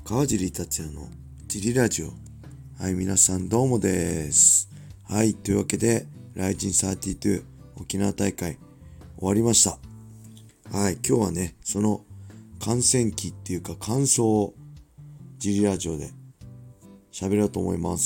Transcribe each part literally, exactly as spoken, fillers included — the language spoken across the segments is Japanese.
川尻達也のジリラジオ。はい、皆さんどうもです。はい、というわけで、ライジンサーティーツー沖縄大会終わりました。はい、今日はね、その観戦記っていうか感想をジリラジオで喋ろうと思います。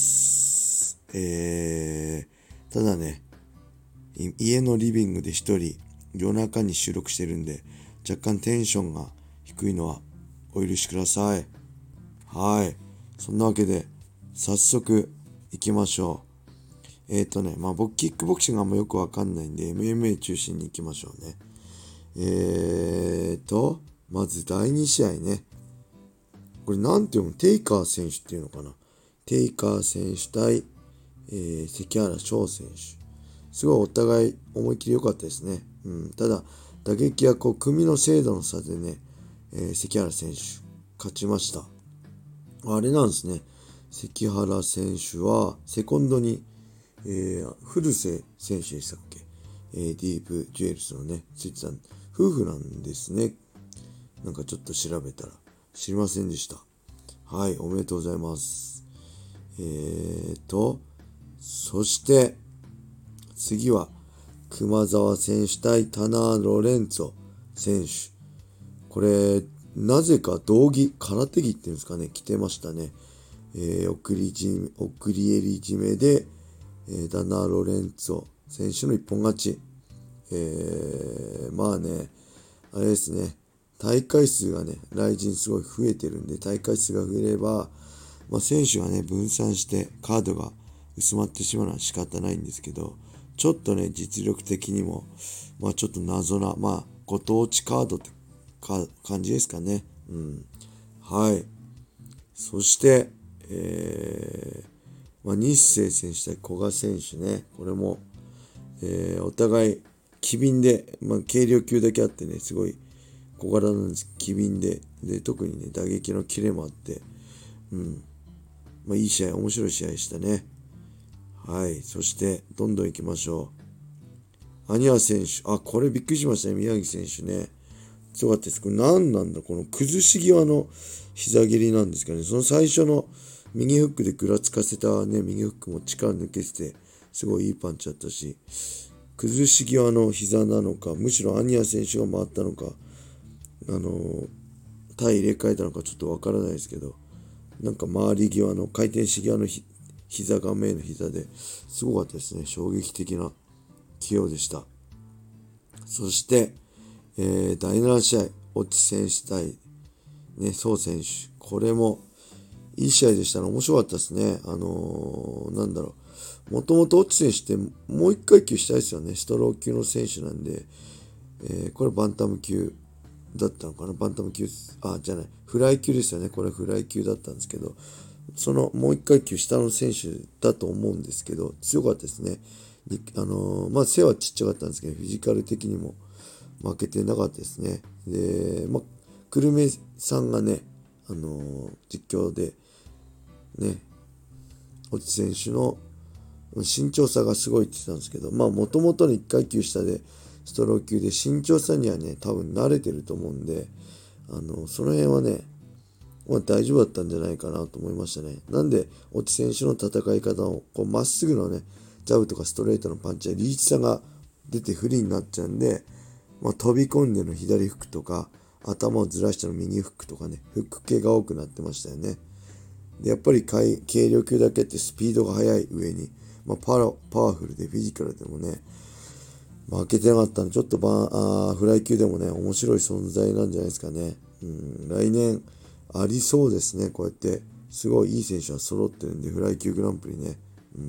えー、ただね、家のリビングで一人夜中に収録してるんで、若干テンションが低いのはお許しください。はい。そんなわけで、早速行きましょう。えっ、ー、とね、まあ僕、キックボクシングあんまよくわかんないんで、エムエムエー 中心に行きましょうね。えーと、まずだいに試合ね。これなんて読むの？テイカー選手っていうのかな。テイカー選手対、えー、関原翔選手。すごいお互い思い切り良かったですね。うん、ただ、打撃やこう組の精度の差でね、えー、関原選手勝ちました。あれなんですね。関原選手はセコンドに、えー、古瀬選手でしたっけ、えー、ディープジュエルスのね、ついてた夫婦なんですね。なんかちょっと調べたら知りませんでした。はい、おめでとうございます。えーと、そして次は熊澤選手対タナー・ロレンツォ選手。これなぜか道着、空手着っていうんですかね、着てましたね。えー、送りじめ、送り襟締めで、えー、ダナ・ロレンツォ選手の一本勝ち。えー、まあね、あれですね、大会数がね、来陣すごい増えてるんで、大会数が増えれば、まあ、選手がね、分散してカードが薄まってしまうのは仕方ないんですけど、ちょっとね、実力的にも、まあちょっと謎な、まあご当地カードってか感じですかね。うん。はい。そして、えー、まあ、日清選手対古賀選手ね。これも、えー、お互い、機敏で、まあ、軽量級だけあってね、すごい小柄なんです。機敏で、で、特にね、打撃のキレもあって、うん。まあ、いい試合、面白い試合でしたね。はい。そして、どんどん行きましょう。アニア選手。あ、これびっくりしましたね。宮城選手ね。すごかったです。これ何なんだこの崩し際の膝蹴りなんですかね。その最初の右フックでぐらつかせたね、右フックも力抜けてて、すごいいいパンチだったし、崩し際の膝なのか、むしろアニア選手が回ったのか、あのー、体入れ替えたのかちょっとわからないですけど、なんか回り際の、回転し際のひ膝がメインの膝で、すごかったですね。衝撃的な起用でした。そして、えー、だいなな試合、オチ選手対、ね、宋選手。これも、いい試合でしたね。面白かったですね。あのー、なんだろう。もともとオチ選手ってもう一階級したいですよね。ストロー級の選手なんで、えー、これバンタム級だったのかな。バンタム級、あ、じゃない。フライ級ですよね。これフライ級だったんですけど、そのもう一階級下の選手だと思うんですけど、強かったですね。あのー、まあ背はちっちゃかったんですけど、フィジカル的にも負けてなかったですね。で、まあ、久留米さんがね、あのー、実況で、ね、越智選手の身長差がすごいって言ってたんですけど、まあ、もともとのいっ階級下で、ストロー級で身長差にはね、多分慣れてると思うんで、あの、その辺はね、まあ、大丈夫だったんじゃないかなと思いましたね。なんで、越智選手の戦い方を、こう、まっすぐのね、ジャブとかストレートのパンチやリーチ差が出て不利になっちゃうんで、まあ、飛び込んでの左フックとか、頭をずらしての右フックとかね、フック系が多くなってましたよね。で、やっぱり軽量級だけってスピードが速い上に、まあ、パワパワフルでフィジカルでもね、負けてなかったんで、ちょっとバあフライ級でもね、面白い存在なんじゃないですかね。うん、来年ありそうですね、こうやって。すごいいい選手は揃ってるんで、フライ級グランプリね。うん、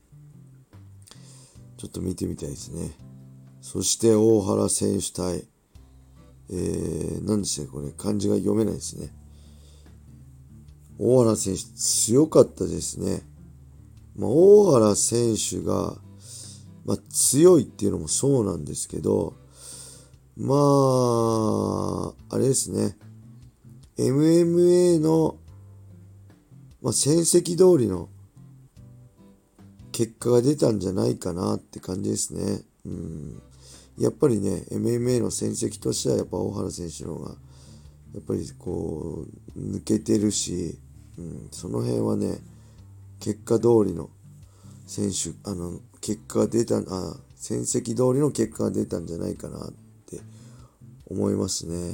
ちょっと見てみたいですね。そして大原選手対、えー、何でしたっけこれ、漢字が読めないですね。大原選手強かったですね。まあ、大原選手が、まあ、強いっていうのもそうなんですけど、まあ、あれですね。エムエムエー の、まあ、戦績通りの結果が出たんじゃないかなって感じですね。うんやっぱりね、エムエムエー の戦績としてはやっぱ大原選手の方がやっぱりこう抜けてるし、うん、その辺はね結果通りの選手あの結果が出たあ戦績通りの結果が出たんじゃないかなって思いますね。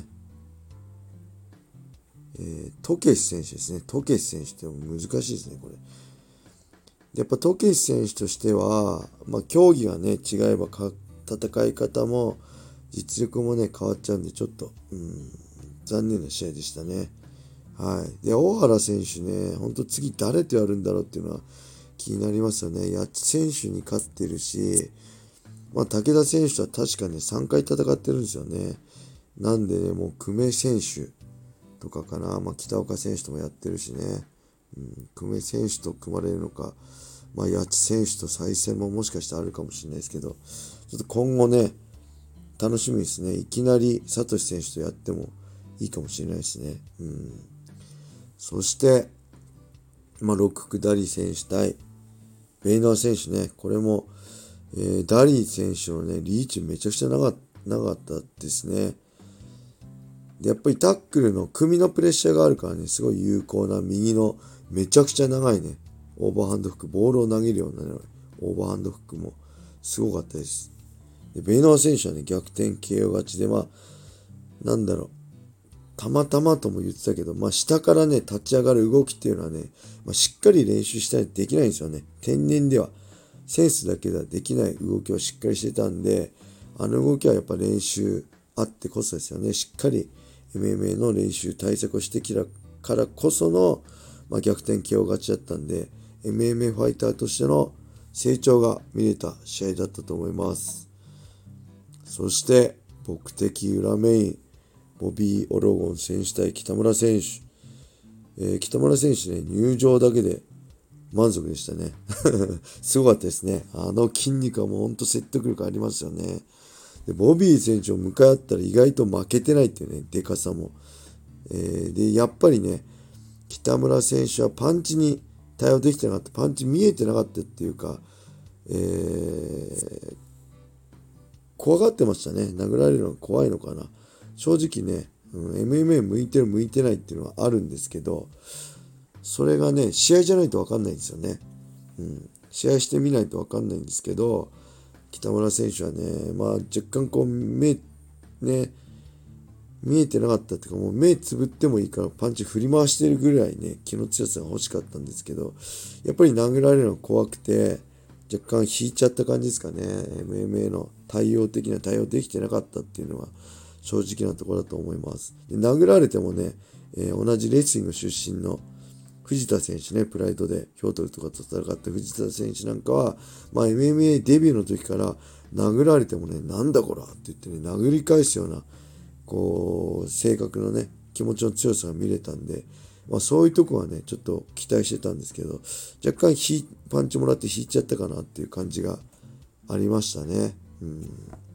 えー、トケシ選手ですね。トケシ選手って難しいですねこれ。やっぱトケシ選手としては、まあ、競技がね違えばか戦い方も実力もね変わっちゃうんでちょっと、うん、残念な試合でしたね。はい。で大原選手ね、本当次誰とやるんだろうっていうのは気になりますよね。八千選手に勝ってるし、まあ、武田選手とは確かねさんかい戦ってるんですよね。なんでねもう久米選手とかかな、まあ、北岡選手ともやってるしね、うん、久米選手と組まれるのか、まあ、八千選手と再戦ももしかしてあるかもしれないですけど、ちょっと今後ね楽しみですね。いきなりサトシ選手とやってもいいかもしれないですね。うん、そして、まあ、ロックダリー選手対ベイナー選手ね、これも、えー、ダリー選手のねリーチめちゃくちゃ長かったですね。でやっぱりタックルの組のプレッシャーがあるからね、すごい有効な右のめちゃくちゃ長いねオーバーハンドフック、ボールを投げるような、ね、オーバーハンドフックもすごかったです。でベイナー選手はね逆転 ケーオー 勝ちで、まあなんだろう、たまたまとも言ってたけど、まあ下からね立ち上がる動きっていうのはね、まあ、しっかり練習したいとできないんですよね。天然ではセンスだけではできない動きをしっかりしてたんで、あの動きはやっぱ練習あってこそですよね。しっかり エムエムエー の練習対策をしてきたからこその、まあ、逆転 ケーオー 勝ちだったんで、 エムエムエー ファイターとしての成長が見れた試合だったと思います。そして僕的裏メイン、ボビー・オロゴン選手対北村選手、えー、北村選手ね入場だけで満足でしたねすごかったですね。あの筋肉はもうほんと説得力ありますよね。でボビー選手を迎え合ったら意外と負けてないっていうね、でかさも、えー、でやっぱりね北村選手はパンチに対応できてなかった、パンチ見えてなかったっていうか、えー、怖がってましたね。殴られるのが怖いのかな、正直ね、うん、エムエムエー 向いてる向いてないっていうのはあるんですけど、それがね試合じゃないと分かんないんですよね。うん、試合してみないと分かんないんですけど、北村選手はね、まあ若干こう目ね見えてなかったっていうか、もう目つぶってもいいからパンチ振り回してるぐらいね気の強さが欲しかったんですけど、やっぱり殴られるのが怖くて若干引いちゃった感じですかね。 エムエムエー の対応的な対応できてなかったっていうのは正直なところだと思います。で殴られてもね、えー、同じレスリング出身の藤田選手ね、プライドで京都とかと戦った藤田選手なんかは、まあ、エムエムエー デビューの時から殴られてもね、なんだこらって言ってね、殴り返すようなこう性格のね気持ちの強さが見れたんで、まあ、そういうとこはねちょっと期待してたんですけど、若干ひパンチもらって引いちゃったかなっていう感じがありましたね。うん、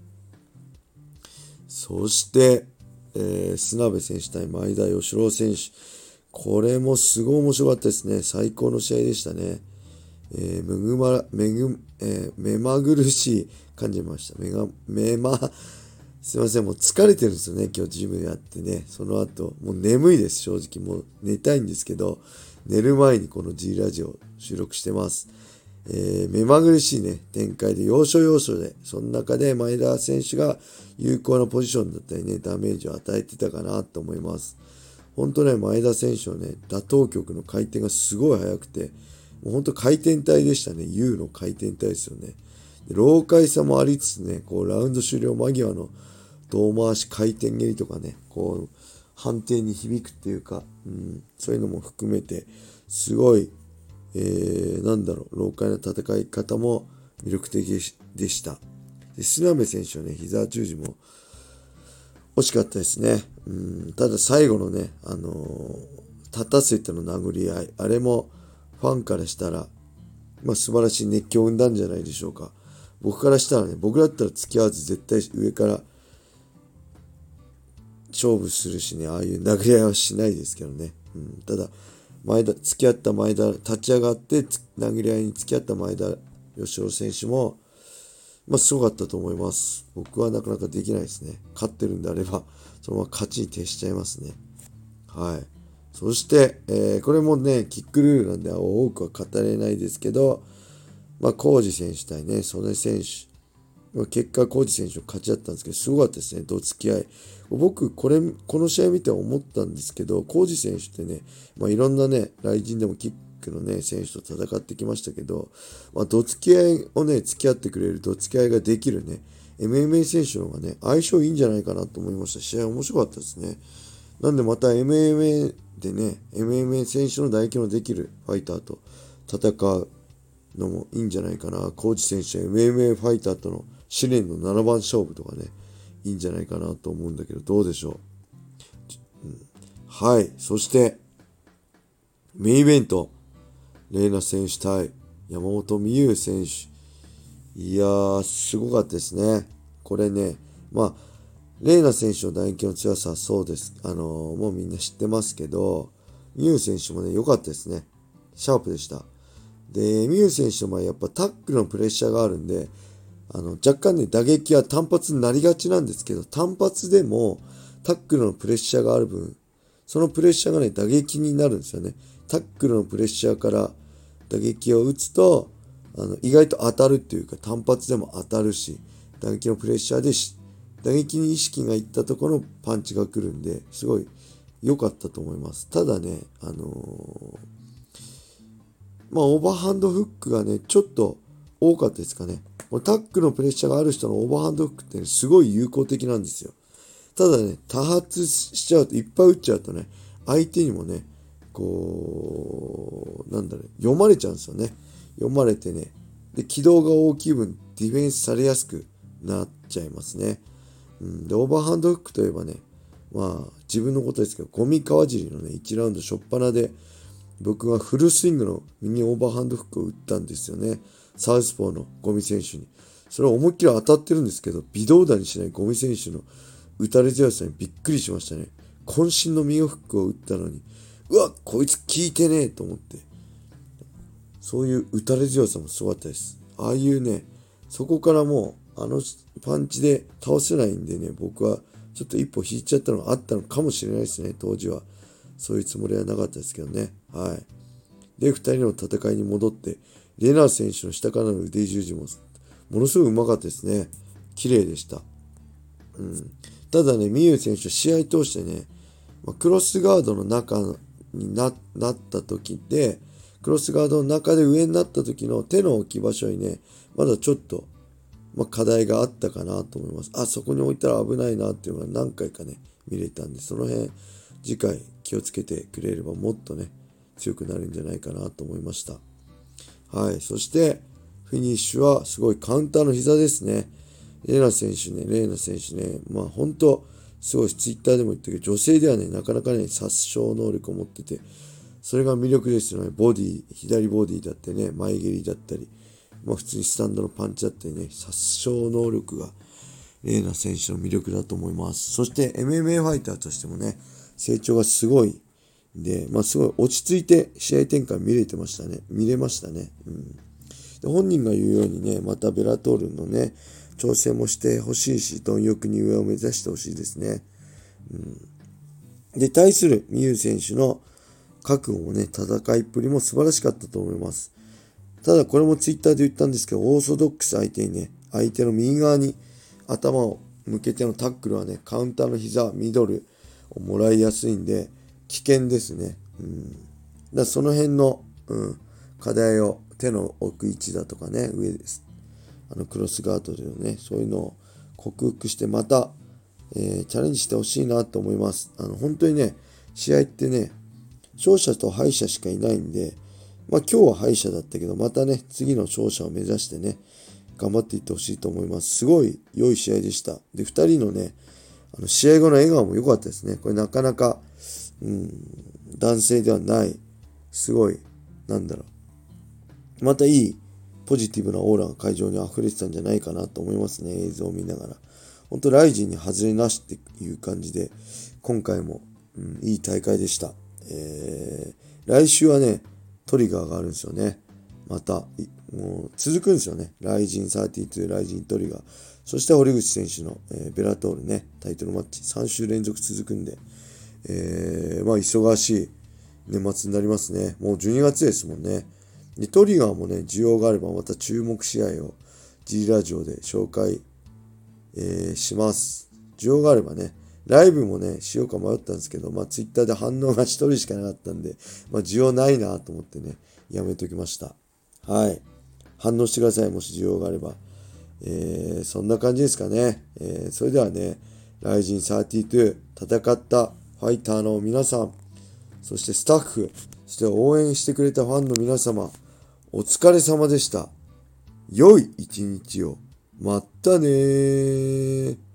そして、えー、砂部選手対前田義郎選手、これもすごい面白かったですね。最高の試合でしたね。えー、めぐまめぐ、えー、目まぐるしい感じました。目が目ますいません、もう疲れてるんですよね、今日ジムやってね。その後、もう眠いです、正直。もう寝たいんですけど、寝る前にこの G ラジオ収録してます。えー、目まぐるしいね、展開で、要所要所で、その中で前田選手が有効なポジションだったりね、ダメージを与えてたかなと思います。本当ね、前田選手のね、打倒曲の回転がすごい速くて、もう本当回転体でしたね。U の回転体ですよね。で老快さもありつつね、こうラウンド終了間際の遠回し回転蹴りとかね、こう判定に響くっていうか、うん、そういうのも含めてすごい、えー、なんだろう、老快な戦い方も魅力的でした。で砂部選手はね、膝十字も惜しかったですね。うん、ただ最後のね、あのー、立たせての殴り合い、あれもファンからしたら、まあ、素晴らしい熱狂を生んだんじゃないでしょうか。僕からしたらね、僕だったら付き合わず絶対上から勝負するしね、ああいう殴り合いはしないですけどね。うん、ただ、前田、付き合った前田、立ち上がって殴り合いに付き合った前田義郎選手も、まあ、すごかったと思います。僕はなかなかできないですね。勝ってるんであれば、そのまま勝ちに徹しちゃいますね。 はい。そして、えーこれもね、キックルールなんで多くは語れないですけど、まあ、コージ選手対ね、曽根選手。まあ結果、コージ選手の勝ちだったんですけど、すごかったですね、どつき合い。僕、これ、この試合見て思ったんですけど、コージ選手ってね、まあ、いろんなね、雷神でもキックのね、選手と戦ってきましたけど、まあ、どつき合いをね、付き合ってくれる、どつき合いができるね、エムエムエー 選手の方がね、相性いいんじゃないかなと思いました。試合面白かったですね。なんでまた エムエムエー でね、エムエムエー 選手の唾液のできるファイターと戦うのもいいんじゃないかな。コーチ選手や エムエムエー ファイターとの試練のななばん勝負とかね、いいんじゃないかなと思うんだけど、どうでしょう。うん、はい。そして、メインイベント、レイナ選手対山本美優選手。いやー、すごかったですね。これね、まあ、レイナ選手の打撃の強さはそうです。あのー、もうみんな知ってますけど、ミュウ選手もね、良かったですね。シャープでした。で、ミュウ選手の場合、やっぱタックルのプレッシャーがあるんで、あの、若干ね、打撃は単発になりがちなんですけど、単発でもタックルのプレッシャーがある分、そのプレッシャーがね、打撃になるんですよね。タックルのプレッシャーから打撃を打つと、あの、意外と当たるっていうか、単発でも当たるし、打撃のプレッシャーでし、打撃に意識がいったところのパンチが来るんで、すごい良かったと思います。ただね、あのー、まあ、オーバーハンドフックがね、ちょっと多かったですかね。タックのプレッシャーがある人のオーバーハンドフックって、ね、すごい有効的なんですよ。ただね、多発しちゃうと、いっぱい打っちゃうとね、相手にもね、こう、なんだろう、読まれちゃうんですよね。読まれてね、で、軌道が大きい分、ディフェンスされやすくなっちゃいますね。うん、で、オーバーハンドフックといえばね、まあ、自分のことですけど、ゴミ川尻のね、いちラウンド初っ端で、僕はフルスイングのミニオーバーハンドフックを打ったんですよね。サウスポーのゴミ選手に。それは思いっきり当たってるんですけど、微動だにしないゴミ選手の打たれ強さにびっくりしましたね。渾身のミニフックを打ったのに、うわ、こいつ効いてねえと思って。そういう打たれ強さもすごかったです。ああいうね、そこからもう、あのパンチで倒せないんでね、僕はちょっと一歩引いちゃったのがあったのかもしれないですね、当時は。そういうつもりはなかったですけどね。はい。で、二人の戦いに戻って、レナー選手の下からの腕十字も、ものすごくうまかったですね。綺麗でした。うん。ただね、ミユ選手、試合通してね、まあ、クロスガードの中に な, なった時で、クロスガードの中で上になった時の手の置き場所にね、まだちょっと、まあ、課題があったかなと思います。あ、そこに置いたら危ないなっていうのが何回かね、見れたんで、その辺、次回気をつけてくれればもっとね、強くなるんじゃないかなと思いました。はい。そして、フィニッシュはすごいカウンターの膝ですね。レイナ選手ね、レイナ選手ね、まあ本当すごいツイッターでも言ったけど、女性ではね、なかなかね、殺傷能力を持ってて、それが魅力ですよね。ボディ、左ボディだってね、前蹴りだったり、まあ普通にスタンドのパンチだったりね、殺傷能力が、レイナ選手の魅力だと思います。そして エムエムエー ファイターとしてもね、成長がすごいで、まあすごい落ち着いて試合展開見れてましたね。見れましたね。うん。で本人が言うようにね、またベラトールのね、調整もしてほしいし、貪欲に上を目指してほしいですね。うん。で、対するミユ選手の覚悟もね、戦いっぷりも素晴らしかったと思います。ただこれもツイッターで言ったんですけど、オーソドックス相手にね、相手の右側に頭を向けてのタックルはね、カウンターの膝、ミドルをもらいやすいんで、危険ですね。うん。だその辺の、うん、課題を手の置く位置だとかね、上です。あのクロスガードでのね、そういうのを克服してまた、えー、チャレンジしてほしいなと思います。あの、本当にね、試合ってね、勝者と敗者しかいないんで、まあ今日は敗者だったけど、またね、次の勝者を目指してね、頑張っていってほしいと思います。すごい良い試合でした。で、二人のね、あの試合後の笑顔も良かったですね。これなかなか、うん、男性ではない、すごい、なんだろう。またいい、ポジティブなオーラが会場に溢れてたんじゃないかなと思いますね。映像を見ながら。本当ライジンに外れなしっていう感じで、今回も、うん、いい大会でした。えー、来週はね、トリガーがあるんですよね。また、もう続くんですよね。ライジンさんじゅうに、ライジントリガー。そして堀口選手の、えー、ベラトールね、タイトルマッチさん週連続続くんで、 えー、まあ忙しい年末になりますね。もうじゅうにがつですもんね。でトリガーもね、需要があればまた注目試合を G ラジオで紹介、えー、します。需要があればね、ライブもね、しようか迷ったんですけど、まあツイッターで反応がひとりしかなかったんで、まあ需要ないなと思ってね、やめときました。はい。反応してください、もし需要があれば。えー、そんな感じですかね。えー、それではね、ライジンさんじゅうに戦ったファイターの皆さん、そしてスタッフ、そして応援してくれたファンの皆様、お疲れ様でした。良い一日を。まったねー。